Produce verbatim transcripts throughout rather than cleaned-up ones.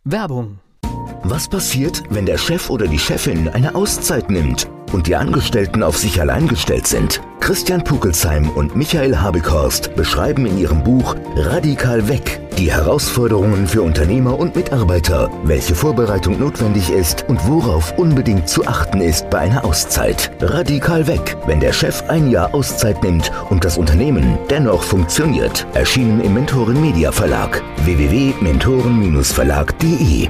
Werbung. Was passiert, wenn der Chef oder die Chefin eine Auszeit nimmt und die Angestellten auf sich allein gestellt sind? Christian Pukelsheim und Michael Habekhorst beschreiben in ihrem Buch Radikal weg die Herausforderungen für Unternehmer und Mitarbeiter, welche Vorbereitung notwendig ist und worauf unbedingt zu achten ist bei einer Auszeit. Radikal weg, wenn der Chef ein Jahr Auszeit nimmt und das Unternehmen dennoch funktioniert. Erschienen im Mentoren Media Verlag. w w w punkt mentoren verlag punkt de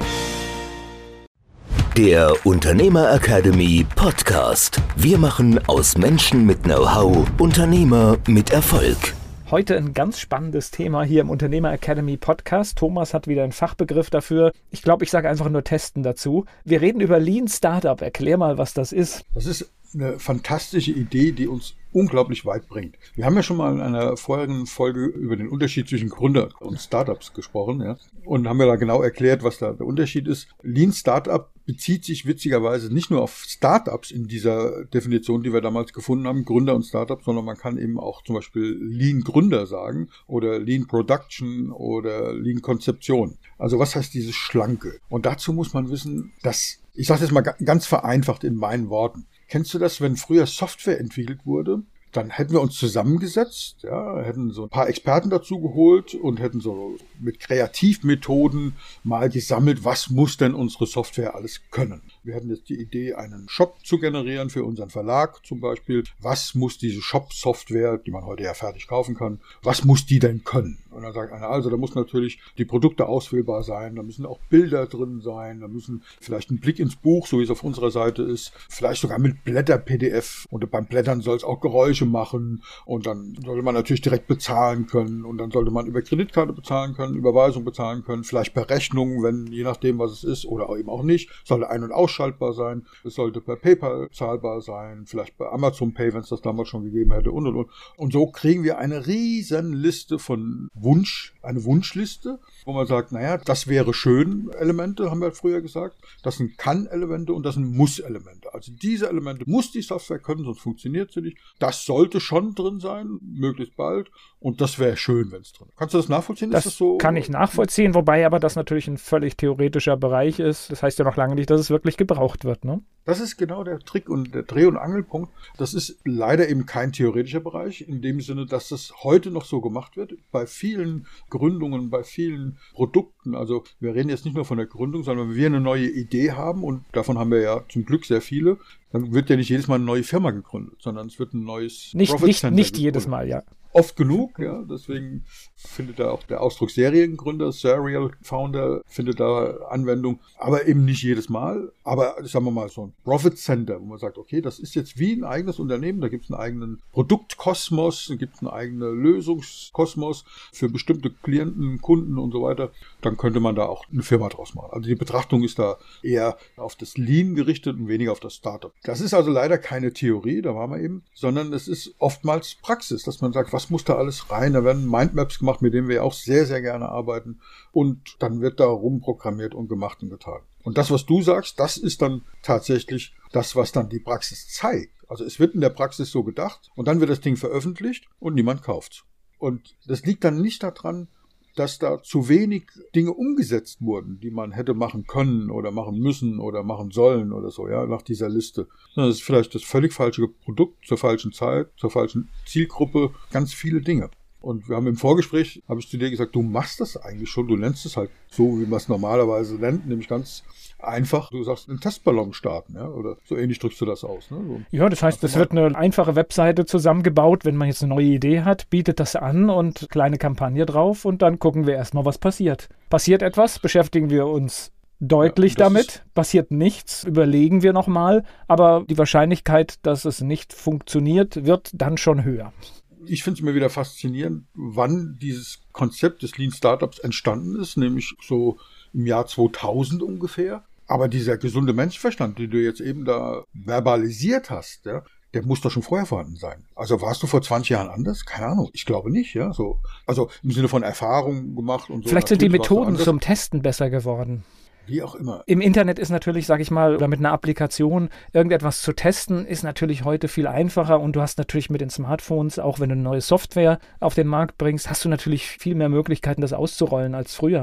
Der Unternehmer Academy Podcast. Wir machen aus Menschen mit Know-how Unternehmer mit Erfolg. Heute ein ganz spannendes Thema hier im Unternehmer Academy Podcast. Thomas hat wieder einen Fachbegriff dafür. Ich glaube, ich sage einfach nur testen dazu. Wir reden über Lean Startup. Erklär mal, was das ist. Das ist eine fantastische Idee, die uns unglaublich weit bringt. Wir haben ja schon mal in einer vorherigen Folge über den Unterschied zwischen Gründer und Startups gesprochen, ja, und haben ja da genau erklärt, was da der Unterschied ist. Lean Startup bezieht sich witzigerweise nicht nur auf Startups in dieser Definition, die wir damals gefunden haben, Gründer und Startups, sondern man kann eben auch zum Beispiel Lean Gründer sagen oder Lean Production oder Lean Konzeption. Also was heißt dieses Schlanke? Und dazu muss man wissen, dass, ich sage das mal ganz vereinfacht in meinen Worten, kennst du das, wenn früher Software entwickelt wurde? Dann hätten wir uns zusammengesetzt, ja, hätten so ein paar Experten dazu geholt und hätten so mit Kreativmethoden mal gesammelt, was muss denn unsere Software alles können. Wir hatten jetzt die Idee, einen Shop zu generieren für unseren Verlag zum Beispiel. Was muss diese Shop-Software, die man heute ja fertig kaufen kann, was muss die denn können? Und dann sagt einer, also da muss natürlich die Produkte auswählbar sein, da müssen auch Bilder drin sein, da müssen vielleicht ein Blick ins Buch, so wie es auf unserer Seite ist, vielleicht sogar mit Blätter-P D F. Und beim Blättern soll es auch Geräusche machen und dann sollte man natürlich direkt bezahlen können und dann sollte man über Kreditkarte bezahlen können, Überweisung bezahlen können, vielleicht per Rechnung, wenn je nachdem, was es ist oder eben auch nicht, sollte ein- und ausschaltbar sein, es sollte per PayPal zahlbar sein, vielleicht bei Amazon Pay, wenn es das damals schon gegeben hätte und und und. Und so kriegen wir eine riesen Liste von Wunsch, eine Wunschliste, wo man sagt, naja, das wäre schön Elemente, haben wir früher gesagt, das sind Kann-Elemente und das sind Muss-Elemente. Also diese Elemente muss die Software können, sonst funktioniert sie nicht. Das sollte schon drin sein, möglichst bald. Und das wäre schön, wenn es drin ist. Kannst du das nachvollziehen? Das, ist das so? Kann ich nachvollziehen, wobei aber das natürlich ein völlig theoretischer Bereich ist. Das heißt ja noch lange nicht, dass es wirklich gebraucht wird, ne? Das ist genau der Trick und der Dreh- und Angelpunkt. Das ist leider eben kein theoretischer Bereich, in dem Sinne, dass das heute noch so gemacht wird. Bei vielen Gründungen, bei vielen Produkten, also wir reden jetzt nicht nur von der Gründung, sondern wenn wir eine neue Idee haben, und davon haben wir ja zum Glück sehr viele, dann wird ja nicht jedes Mal eine neue Firma gegründet, sondern es wird ein neues Nicht, Profit nicht, Center nicht gegründet. jedes Mal, ja. Oft genug, ja, deswegen findet da auch der Ausdruck Seriengründer, Serial Founder, findet da Anwendung, aber eben nicht jedes Mal. Aber sagen wir mal so ein Profit Center, wo man sagt, okay, das ist jetzt wie ein eigenes Unternehmen, da gibt es einen eigenen Produktkosmos, da gibt es einen eigenen Lösungskosmos für bestimmte Klienten, Kunden und so weiter, dann könnte man da auch eine Firma draus machen. Also die Betrachtung ist da eher auf das Lean gerichtet und weniger auf das Startup. Das ist also leider keine Theorie, da waren wir eben, sondern es ist oftmals Praxis, dass man sagt, was muss da alles rein? Da werden Mindmaps gemacht, mit denen wir auch sehr, sehr gerne arbeiten. Und dann wird da rumprogrammiert und gemacht und getan. Und das, was du sagst, das ist dann tatsächlich das, was dann die Praxis zeigt. Also es wird in der Praxis so gedacht und dann wird das Ding veröffentlicht und niemand kauft's. Und das liegt dann nicht daran, dass da zu wenig Dinge umgesetzt wurden, die man hätte machen können oder machen müssen oder machen sollen oder so, ja, nach dieser Liste. Das ist vielleicht das völlig falsche Produkt zur falschen Zeit, zur falschen Zielgruppe, ganz viele Dinge. Und wir haben im Vorgespräch, habe ich zu dir gesagt, du machst das eigentlich schon, du nennst es halt so, wie man es normalerweise nennt, nämlich ganz einfach, du sagst, einen Testballon starten, ja, oder so ähnlich drückst du das aus. Ne? So. Ja, das heißt, es wird eine einfache Webseite zusammengebaut, wenn man jetzt eine neue Idee hat, bietet das an und kleine Kampagne drauf und dann gucken wir erstmal, was passiert. Passiert etwas, beschäftigen wir uns deutlich ja, damit, passiert nichts, überlegen wir nochmal, aber die Wahrscheinlichkeit, dass es nicht funktioniert, wird dann schon höher. Ich finde es immer wieder faszinierend, wann dieses Konzept des Lean Startups entstanden ist, nämlich so im Jahr zweitausend ungefähr. Aber dieser gesunde Menschenverstand, den du jetzt eben da verbalisiert hast, ja, der muss doch schon vorher vorhanden sein. Also warst du vor zwanzig Jahren anders? Keine Ahnung. Ich glaube nicht, ja. So, also im Sinne von Erfahrung gemacht und so. Vielleicht sind die Methoden zum Testen besser geworden. Wie auch immer. Im Internet ist natürlich, sag ich mal, oder mit einer Applikation irgendetwas zu testen, ist natürlich heute viel einfacher und du hast natürlich mit den Smartphones, auch wenn du eine neue Software auf den Markt bringst, hast du natürlich viel mehr Möglichkeiten, das auszurollen als früher.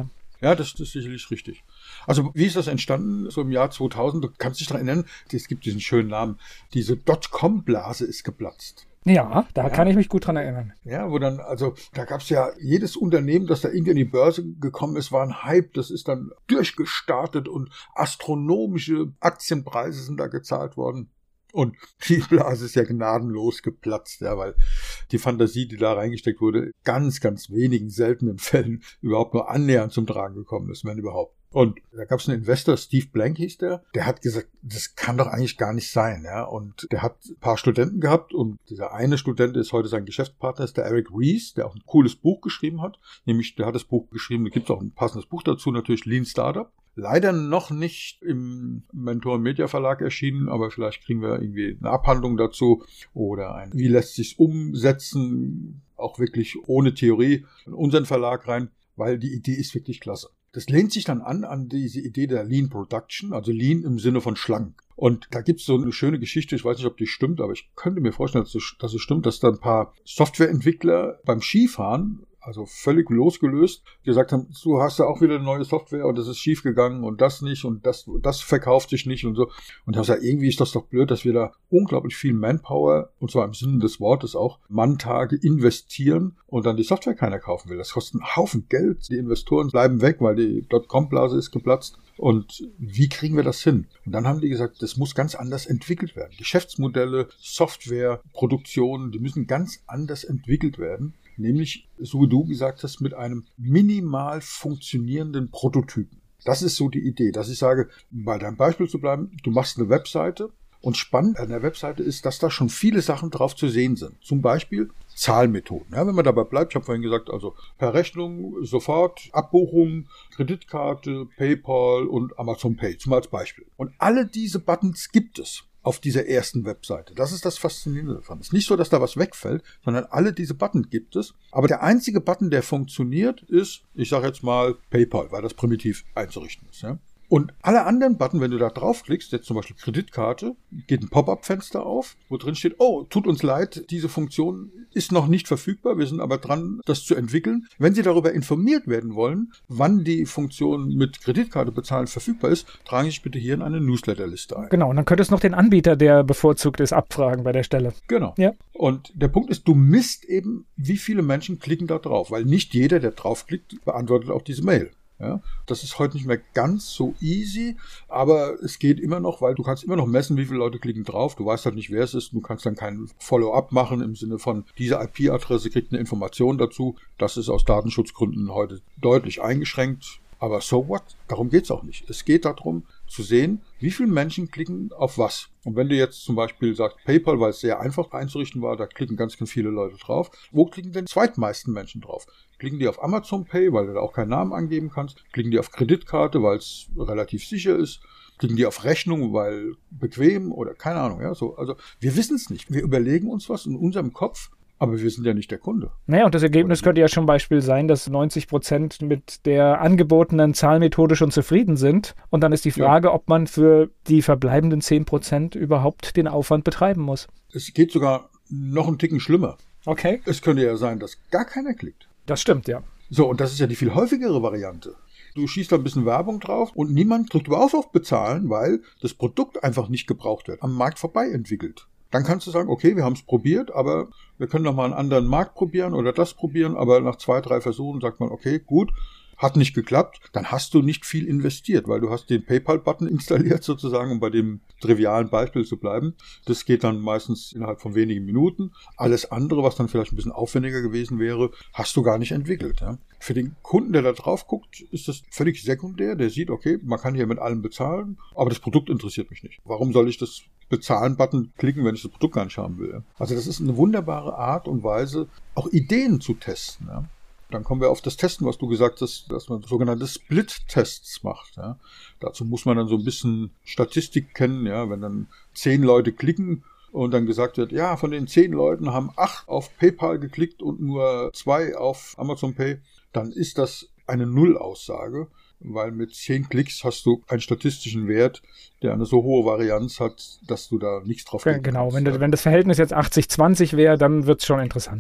Ja, das, das ist sicherlich richtig. Also wie ist das entstanden? So im Jahr zweitausend, du kannst dich daran erinnern, es gibt diesen schönen Namen, diese Dotcom-Blase ist geplatzt. Ja, da ja. kann ich mich gut dran erinnern. Ja, wo dann, also da gab es ja jedes Unternehmen, das da irgendwie an die Börse gekommen ist, war ein Hype, das ist dann durchgestartet und astronomische Aktienpreise sind da gezahlt worden. Und die Blase ist ja gnadenlos geplatzt, ja, weil die Fantasie, die da reingesteckt wurde, ganz, ganz wenigen seltenen Fällen überhaupt nur annähernd zum Tragen gekommen ist, wenn überhaupt. Und da gab es einen Investor, Steve Blank hieß der, der hat gesagt, das kann doch eigentlich gar nicht sein, ja. Und der hat ein paar Studenten gehabt und dieser eine Student ist heute sein Geschäftspartner, ist der Eric Ries, der auch ein cooles Buch geschrieben hat. Nämlich, der hat das Buch geschrieben, da gibt es auch ein passendes Buch dazu, natürlich Lean Startup. Leider noch nicht im Mentor Media Verlag erschienen, aber vielleicht kriegen wir irgendwie eine Abhandlung dazu oder ein, wie lässt sich's umsetzen, auch wirklich ohne Theorie in unseren Verlag rein, weil die Idee ist wirklich klasse. Das lehnt sich dann an an diese Idee der Lean Production, also Lean im Sinne von schlank. Und da gibt's so eine schöne Geschichte, ich weiß nicht, ob die stimmt, aber ich könnte mir vorstellen, dass es, dass es stimmt, dass da ein paar Softwareentwickler beim Skifahren, also völlig losgelöst, gesagt haben, du hast ja auch wieder eine neue Software und das ist schief gegangen und das nicht und das, das verkauft sich nicht und so. Und ich habe gesagt, irgendwie ist das doch blöd, dass wir da unglaublich viel Manpower, und zwar im Sinne des Wortes auch, Manntage investieren und dann die Software keiner kaufen will. Das kostet einen Haufen Geld. Die Investoren bleiben weg, weil die Dotcom-Blase ist geplatzt. Und wie kriegen wir das hin? Und dann haben die gesagt, das muss ganz anders entwickelt werden. Geschäftsmodelle, Software, Produktion, die müssen ganz anders entwickelt werden. Nämlich, so wie du gesagt hast, mit einem minimal funktionierenden Prototypen. Das ist so die Idee, dass ich sage, bei deinem Beispiel zu bleiben, du machst eine Webseite und spannend an der Webseite ist, dass da schon viele Sachen drauf zu sehen sind. Zum Beispiel Zahlmethoden. Ja, wenn man dabei bleibt, ich habe vorhin gesagt, also per Rechnung, sofort, Abbuchung, Kreditkarte, PayPal und Amazon Pay, zum als Beispiel. Und alle diese Buttons gibt es auf dieser ersten Webseite. Das ist das Faszinierende davon. Es ist nicht so, dass da was wegfällt, sondern alle diese Button gibt es. Aber der einzige Button, der funktioniert, ist, ich sage jetzt mal PayPal, weil das primitiv einzurichten ist. Ja? Und alle anderen Button, wenn du da draufklickst, jetzt zum Beispiel Kreditkarte, geht ein Pop-up-Fenster auf, wo drin steht, oh, tut uns leid, diese Funktion ist noch nicht verfügbar, wir sind aber dran, das zu entwickeln. Wenn Sie darüber informiert werden wollen, wann die Funktion mit Kreditkarte bezahlen verfügbar ist, tragen Sie sich bitte hier in eine Newsletterliste ein. Genau, und dann könntest du noch den Anbieter, der bevorzugt ist, abfragen bei der Stelle. Genau. Ja. Und der Punkt ist, du misst eben, wie viele Menschen klicken da drauf, weil nicht jeder, der draufklickt, beantwortet auch diese Mail. Ja, das ist heute nicht mehr ganz so easy, aber es geht immer noch, weil du kannst immer noch messen, wie viele Leute klicken drauf. Du weißt halt nicht, wer es ist. Du kannst dann kein Follow-up machen im Sinne von, diese I P-Adresse kriegt eine Information dazu. Das ist aus Datenschutzgründen heute deutlich eingeschränkt. Aber so what? Darum geht's auch nicht. Es geht darum, zu sehen, wie viele Menschen klicken auf was. Und wenn du jetzt zum Beispiel sagst, PayPal, weil es sehr einfach einzurichten war, da klicken ganz, ganz viele Leute drauf. Wo klicken denn die zweitmeisten Menschen drauf? Klicken die auf Amazon Pay, weil du da auch keinen Namen angeben kannst? Klicken die auf Kreditkarte, weil es relativ sicher ist? Klicken die auf Rechnung, weil bequem oder keine Ahnung. Ja, so. Also wir wissen es nicht. Wir überlegen uns was in unserem Kopf. Aber wir sind ja nicht der Kunde. Naja, und das Ergebnis könnte ja schon ein Beispiel sein, dass neunzig Prozent mit der angebotenen Zahlmethode schon zufrieden sind. Und dann ist die Frage, ja, ob man für die verbleibenden zehn Prozent überhaupt den Aufwand betreiben muss. Es geht sogar noch einen Ticken schlimmer. Okay. Es könnte ja sein, dass gar keiner klickt. Das stimmt, ja. So, und das ist ja die viel häufigere Variante. Du schießt da ein bisschen Werbung drauf und niemand drückt überhaupt auf Bezahlen, weil das Produkt einfach nicht gebraucht wird, am Markt vorbei entwickelt. Dann kannst du sagen, okay, wir haben es probiert, aber wir können noch mal einen anderen Markt probieren oder das probieren, aber nach zwei, drei Versuchen sagt man, okay, gut, hat nicht geklappt, dann hast du nicht viel investiert, weil du hast den PayPal-Button installiert sozusagen, um bei dem trivialen Beispiel zu bleiben. Das geht dann meistens innerhalb von wenigen Minuten. Alles andere, was dann vielleicht ein bisschen aufwendiger gewesen wäre, hast du gar nicht entwickelt. Ja? Für den Kunden, der da drauf guckt, ist das völlig sekundär. Der sieht, okay, man kann hier mit allem bezahlen, aber das Produkt interessiert mich nicht. Warum soll ich das Bezahlen-Button klicken, wenn ich das Produkt gar nicht haben will? Ja? Also das ist eine wunderbare Art und Weise, auch Ideen zu testen. Ja? Dann kommen wir auf das Testen, was du gesagt hast, dass man sogenannte Split-Tests macht. Ja. Dazu muss man dann so ein bisschen Statistik kennen, ja, wenn dann zehn Leute klicken und dann gesagt wird, ja, von den zehn Leuten haben acht auf PayPal geklickt und nur zwei auf Amazon Pay, dann ist das eine Null-Aussage, weil mit zehn Klicks hast du einen statistischen Wert, der eine so hohe Varianz hat, dass du da nichts drauf klicken Genau, kannst. wenn, du, wenn das Verhältnis jetzt achtzig zwanzig wäre, dann wird es schon interessanter.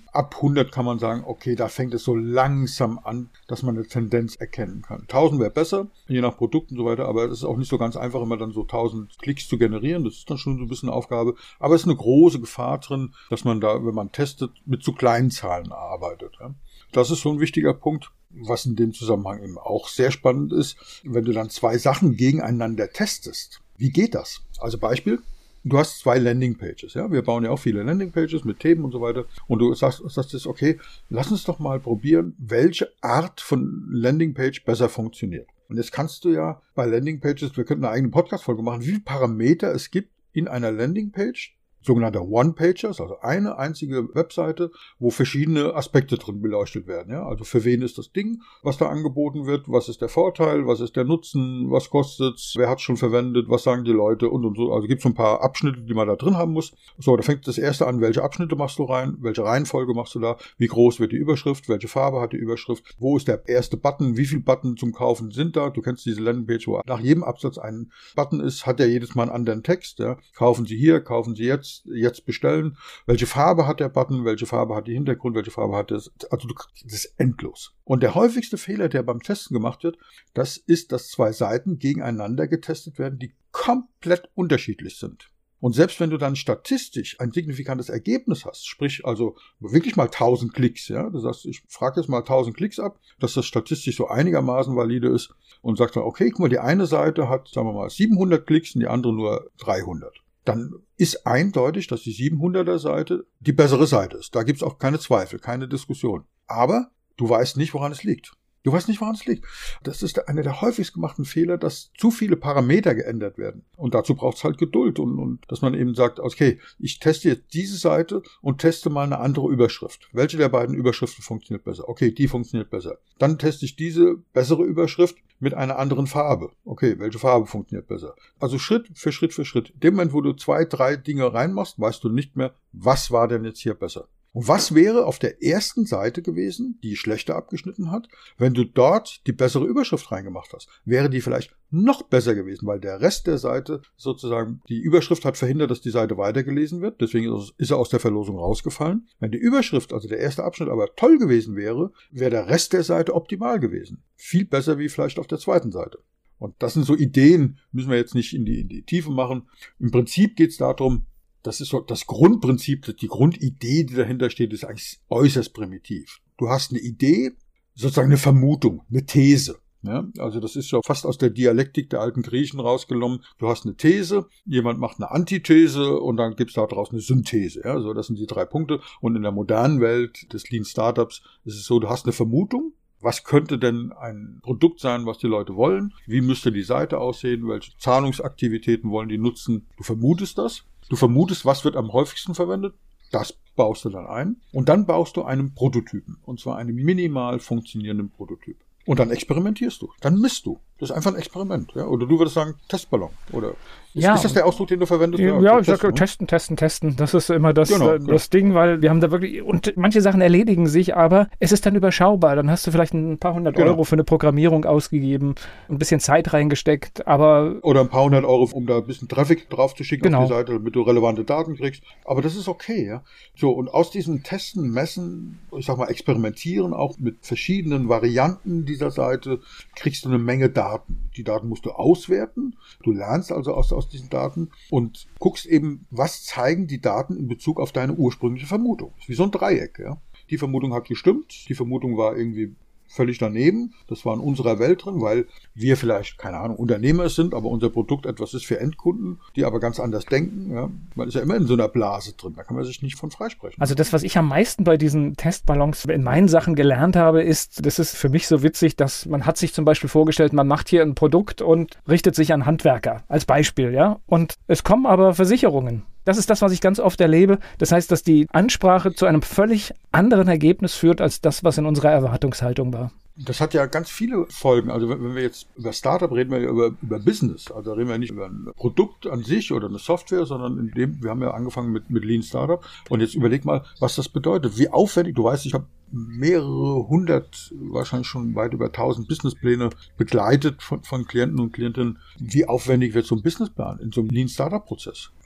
ab hundert kann man sagen, okay, da fängt es so langsam an, dass man eine Tendenz erkennen kann. tausend wäre besser, je nach Produkt und so weiter, aber es ist auch nicht so ganz einfach, immer dann so tausend Klicks zu generieren. Das ist dann schon so ein bisschen eine Aufgabe. Aber es ist eine große Gefahr drin, dass man da, wenn man testet, mit zu kleinen Zahlen arbeitet. Ja. Das ist so ein wichtiger Punkt, was in dem Zusammenhang eben auch sehr spannend ist, wenn du dann zwei Sachen gegeneinander testest. Wie geht das? Also Beispiel, du hast zwei Landingpages, ja. Wir bauen ja auch viele Landingpages mit Themen und so weiter. Und du sagst, sagst jetzt, okay, lass uns doch mal probieren, welche Art von Landingpage besser funktioniert. Und jetzt kannst du ja bei Landingpages, wir könnten eine eigene Podcast-Folge machen, wie viele Parameter es gibt in einer Landingpage, sogenannte One-Pagers, also eine einzige Webseite, wo verschiedene Aspekte drin beleuchtet werden. Ja? Also für wen ist das Ding, was da angeboten wird, was ist der Vorteil, was ist der Nutzen, was kostet es, wer hat es schon verwendet, was sagen die Leute und und so. Also gibt es so ein paar Abschnitte, die man da drin haben muss. So, da fängt das erste an, welche Abschnitte machst du rein, welche Reihenfolge machst du da, wie groß wird die Überschrift, welche Farbe hat die Überschrift, wo ist der erste Button, wie viele Button zum Kaufen sind da. Du kennst diese Landingpage, wo nach jedem Absatz ein Button ist, hat ja jedes Mal einen anderen Text. Ja? Kaufen Sie hier, kaufen Sie jetzt, jetzt bestellen. Welche Farbe hat der Button? Welche Farbe hat die Hintergrund? Welche Farbe hat das? Also das ist endlos. Und der häufigste Fehler, der beim Testen gemacht wird, das ist, dass zwei Seiten gegeneinander getestet werden, die komplett unterschiedlich sind. Und selbst wenn du dann statistisch ein signifikantes Ergebnis hast, sprich also wirklich mal tausend Klicks, ja, du sagst, ich frage jetzt mal tausend Klicks ab, dass das statistisch so einigermaßen valide ist und sagst dann, okay, guck mal, die eine Seite hat, sagen wir mal, siebenhundert Klicks und die andere nur dreihundert. Dann ist eindeutig, dass die siebenhunderter Seite die bessere Seite ist. Da gibt es auch keine Zweifel, keine Diskussion. Aber du weißt nicht, woran es liegt. Du weißt nicht, woran es liegt. Das ist einer der häufigst gemachten Fehler, dass zu viele Parameter geändert werden. Und dazu braucht es halt Geduld und, und dass man eben sagt, okay, ich teste jetzt diese Seite und teste mal eine andere Überschrift. Welche der beiden Überschriften funktioniert besser? Okay, die funktioniert besser. Dann teste ich diese bessere Überschrift mit einer anderen Farbe. Okay, welche Farbe funktioniert besser? Also Schritt für Schritt für Schritt. In dem Moment, wo du zwei, drei Dinge reinmachst, weißt du nicht mehr, was war denn jetzt hier besser. Und was wäre auf der ersten Seite gewesen, die schlechter abgeschnitten hat, wenn du dort die bessere Überschrift reingemacht hast? Wäre die vielleicht noch besser gewesen, weil der Rest der Seite sozusagen, die Überschrift hat verhindert, dass die Seite weitergelesen wird, deswegen ist er aus der Verlosung rausgefallen. Wenn die Überschrift, also der erste Abschnitt, aber toll gewesen wäre, wäre der Rest der Seite optimal gewesen. Viel besser wie vielleicht auf der zweiten Seite. Und das sind so Ideen, müssen wir jetzt nicht in die, in die Tiefe machen. Im Prinzip geht es darum, das ist so das Grundprinzip, die Grundidee, die dahinter steht, ist eigentlich äußerst primitiv. Du hast eine Idee, sozusagen eine Vermutung, eine These. Ja, also das ist ja fast aus der Dialektik der alten Griechen rausgenommen. Du hast eine These, jemand macht eine Antithese und dann gibt es daraus eine Synthese. Ja, so das sind die drei Punkte. Und in der modernen Welt des Lean Startups ist es so, du hast eine Vermutung. Was könnte denn ein Produkt sein, was die Leute wollen? Wie müsste die Seite aussehen? Welche Zahlungsaktivitäten wollen die nutzen? Du vermutest das. Du vermutest, was wird am häufigsten verwendet. Das baust du dann ein. Und dann baust du einen Prototypen. Und zwar einen minimal funktionierenden Prototyp. Und dann experimentierst du. Dann misst du. Das ist einfach ein Experiment. Ja? Oder du würdest sagen, Testballon. Oder ist, ja, ist das der Ausdruck, den du verwendest? Ja, ja ich sage testen, testen, testen. Das ist immer das, genau, das genau. Ding, weil wir haben da wirklich, und manche Sachen erledigen sich, aber es ist dann überschaubar. Dann hast du vielleicht ein paar hundert genau. Euro für eine Programmierung ausgegeben, ein bisschen Zeit reingesteckt, aber... Oder ein paar hundert Euro, um da ein bisschen Traffic drauf zu schicken genau. auf die Seite, damit du relevante Daten kriegst. Aber das ist okay, ja. So, und aus diesem Testen, Messen, ich sag mal, experimentieren, auch mit verschiedenen Varianten dieser Seite, kriegst du eine Menge Daten. Die Daten musst du auswerten. Du lernst also aus, aus diesen Daten und guckst eben, was zeigen die Daten in Bezug auf deine ursprüngliche Vermutung. Das ist wie so ein Dreieck, ja. Die Vermutung hat gestimmt. Die Vermutung war irgendwie völlig daneben. Das war in unserer Welt drin, weil wir vielleicht, keine Ahnung, Unternehmer sind, aber unser Produkt etwas ist für Endkunden, die aber ganz anders denken. Ja. Man ist ja immer in so einer Blase drin, da kann man sich nicht von freisprechen. Also das, was ich am meisten bei diesen Testballons in meinen Sachen gelernt habe, ist, das ist für mich so witzig, dass man hat sich zum Beispiel vorgestellt, man macht hier ein Produkt und richtet sich an Handwerker, als Beispiel, ja. Und es kommen aber Versicherungen. Das ist das, was ich ganz oft erlebe. Das heißt, dass die Ansprache zu einem völlig anderen Ergebnis führt, als das, was in unserer Erwartungshaltung war. Das hat ja ganz viele Folgen. Also wenn wir jetzt über Startup reden, wir ja über, über Business. Also reden wir nicht über ein Produkt an sich oder eine Software, sondern in dem, wir haben ja angefangen mit, mit Lean Startup. Und jetzt überleg mal, was das bedeutet. Wie aufwendig, du weißt, ich habe mehrere hundert, wahrscheinlich schon weit über tausend Businesspläne begleitet von, von Klienten und Klientinnen. Wie aufwendig wird so ein Businessplan in so einem Lean Startup Prozess?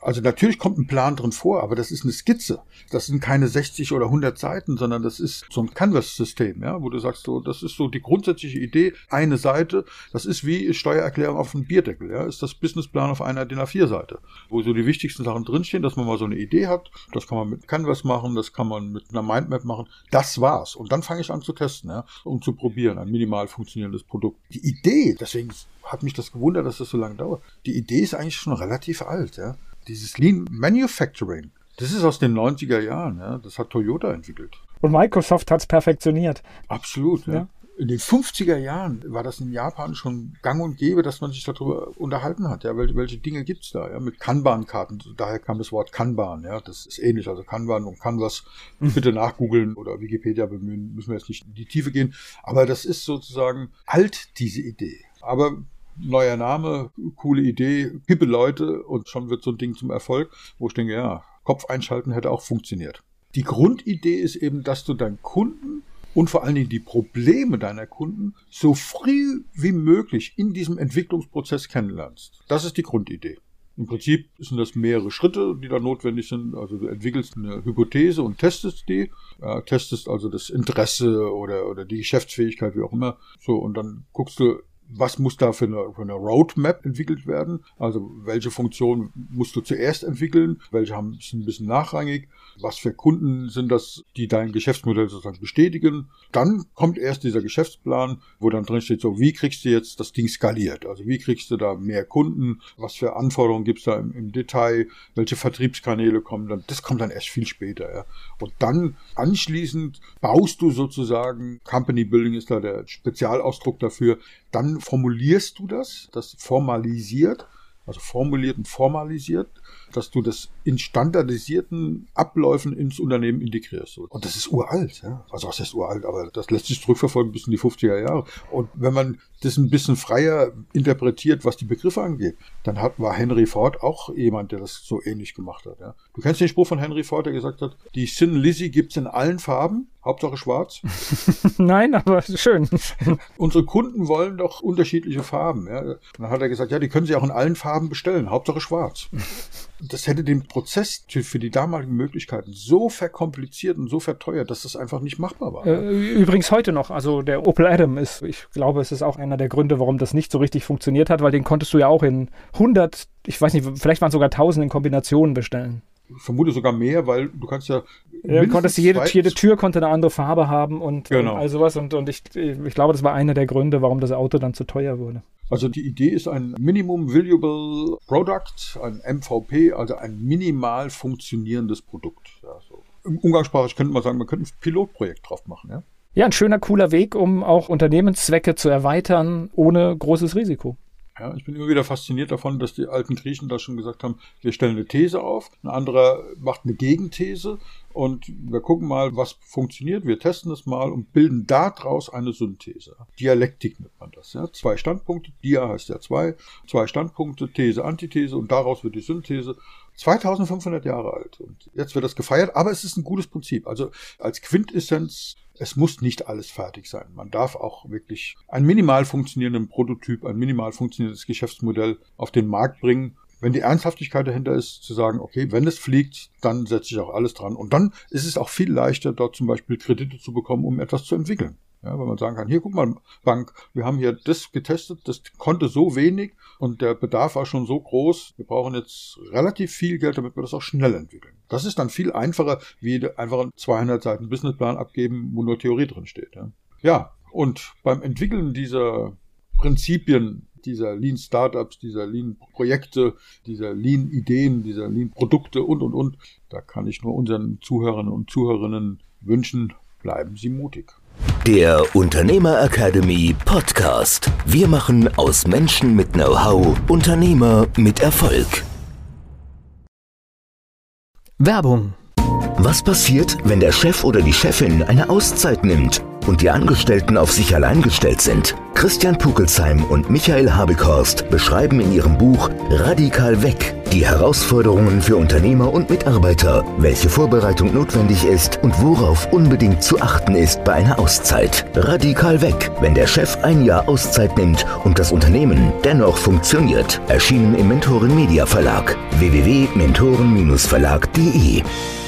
Also natürlich kommt ein Plan drin vor, aber das ist eine Skizze. Das sind keine sechzig oder hundert Seiten, sondern das ist so ein Canvas-System, ja, wo du sagst, so, das ist so die grundsätzliche Idee, eine Seite, das ist wie Steuererklärung auf einem Bierdeckel, ja, ist das Businessplan auf einer D I N A vier Seite, wo so die wichtigsten Sachen drinstehen, dass man mal so eine Idee hat, das kann man mit Canvas machen, das kann man mit einer Mindmap machen, das war's. Und dann fange ich an zu testen, ja, um zu probieren, ein minimal funktionierendes Produkt. Die Idee, deswegen hat mich das gewundert, dass das so lange dauert, die Idee ist eigentlich schon relativ alt, ja. Dieses Lean Manufacturing, das ist aus den neunziger Jahren, ja, das hat Toyota entwickelt. Und Microsoft hat es perfektioniert. Absolut, ja. ja. In den fünfziger Jahren war das in Japan schon gang und gäbe, dass man sich darüber unterhalten hat, ja, welche, welche Dinge gibt's da, ja, mit Kanban-Karten, daher kam das Wort Kanban, ja, das ist ähnlich, also Kanban und Canvas, mhm. bitte nachgoogeln oder Wikipedia bemühen, müssen wir jetzt nicht in die Tiefe gehen, aber das ist sozusagen alt, diese Idee, aber neuer Name, coole Idee, hippe Leute und schon wird so ein Ding zum Erfolg, wo ich denke, ja, Kopf einschalten hätte auch funktioniert. Die Grundidee ist eben, dass du deinen Kunden und vor allen Dingen die Probleme deiner Kunden so früh wie möglich in diesem Entwicklungsprozess kennenlernst. Das ist die Grundidee. Im Prinzip sind das mehrere Schritte, die da notwendig sind. Also du entwickelst eine Hypothese und testest die. Ja, testest also das Interesse oder, oder die Geschäftsfähigkeit, wie auch immer. So, und dann guckst du, was muss da für eine, für eine Roadmap entwickelt werden? Also welche Funktionen musst du zuerst entwickeln? Welche haben, sind ein bisschen nachrangig? Was für Kunden sind das, die dein Geschäftsmodell sozusagen bestätigen? Dann kommt erst dieser Geschäftsplan, wo dann drin steht, so wie kriegst du jetzt das Ding skaliert? Also wie kriegst du da mehr Kunden? Was für Anforderungen gibt's da im, im Detail? Welche Vertriebskanäle kommen dann? Das kommt dann erst viel später. Ja. Und dann anschließend baust du sozusagen, Company Building ist da der Spezialausdruck dafür, dann formulierst du das, das formalisiert, also formuliert und formalisiert, dass du das in standardisierten Abläufen ins Unternehmen integrierst. Und das ist uralt, ja. Also was heißt uralt, aber das lässt sich zurückverfolgen bis in die fünfziger Jahre. Und wenn man das ein bisschen freier interpretiert, was die Begriffe angeht, dann hat, war Henry Ford auch jemand, der das so ähnlich gemacht hat, ja. Du kennst den Spruch von Henry Ford, der gesagt hat, die Thin Lizzy gibt's in allen Farben, Hauptsache schwarz. Nein, aber schön. Unsere Kunden wollen doch unterschiedliche Farben, ja. Und dann hat er gesagt, ja, die können sie auch in allen Farben bestellen, Hauptsache schwarz. Das hätte den Prozess für die damaligen Möglichkeiten so verkompliziert und so verteuert, dass das einfach nicht machbar war. Übrigens heute noch, also der Opel Adam ist, ich glaube, es ist auch einer der Gründe, warum das nicht so richtig funktioniert hat, weil den konntest du ja auch in hundert, ich weiß nicht, vielleicht waren es sogar tausend in Kombinationen bestellen. Ich vermute sogar mehr, weil du kannst ja... ja konntest jede, jede Tür konnte eine andere Farbe haben und, genau. und all sowas. Und, und ich, ich glaube, das war einer der Gründe, warum das Auto dann zu teuer wurde. Also die Idee ist ein Minimum Valuable Product, ein M V P, also ein minimal funktionierendes Produkt. Ja, so. Im Umgangssprachlich könnte man sagen, man könnte ein Pilotprojekt drauf machen. Ja? ja, ein schöner, cooler Weg, um auch Unternehmenszwecke zu erweitern, ohne großes Risiko. Ja, ich bin immer wieder fasziniert davon, dass die alten Griechen da schon gesagt haben, wir stellen eine These auf, ein anderer macht eine Gegenthese und wir gucken mal, was funktioniert, wir testen es mal und bilden daraus eine Synthese. Dialektik nennt man das. Ja. Zwei Standpunkte, Dia heißt ja zwei, zwei Standpunkte, These, Antithese und daraus wird die Synthese. zweitausendfünfhundert Jahre alt und jetzt wird das gefeiert, aber es ist ein gutes Prinzip. Also als Quintessenz, es muss nicht alles fertig sein. Man darf auch wirklich einen minimal funktionierenden Prototyp, ein minimal funktionierendes Geschäftsmodell auf den Markt bringen. Wenn die Ernsthaftigkeit dahinter ist, zu sagen, okay, wenn es fliegt, dann setze ich auch alles dran. Und dann ist es auch viel leichter, dort zum Beispiel Kredite zu bekommen, um etwas zu entwickeln. Ja, wenn man sagen kann, hier, guck mal, Bank, wir haben hier das getestet, das konnte so wenig und der Bedarf war schon so groß, wir brauchen jetzt relativ viel Geld, damit wir das auch schnell entwickeln. Das ist dann viel einfacher, wie einfach einen zweihundert Seiten Businessplan abgeben, wo nur Theorie drin steht. Ja, ja, und beim Entwickeln dieser Prinzipien, dieser Lean-Startups, dieser Lean-Projekte, dieser Lean-Ideen, dieser Lean-Produkte und, und, und, da kann ich nur unseren Zuhörern und Zuhörerinnen wünschen, bleiben Sie mutig. Der Unternehmer Academy Podcast. Wir machen aus Menschen mit Know-how Unternehmer mit Erfolg. Werbung. Was passiert, wenn der Chef oder die Chefin eine Auszeit nimmt und die Angestellten auf sich allein gestellt sind? Christian Pukelsheim und Michael Habekhorst beschreiben in ihrem Buch Radikal weg die Herausforderungen für Unternehmer und Mitarbeiter, welche Vorbereitung notwendig ist und worauf unbedingt zu achten ist bei einer Auszeit. Radikal weg, wenn der Chef ein Jahr Auszeit nimmt und das Unternehmen dennoch funktioniert. Erschienen im Mentoren Media Verlag. w w w punkt mentoren Bindestrich verlag punkt de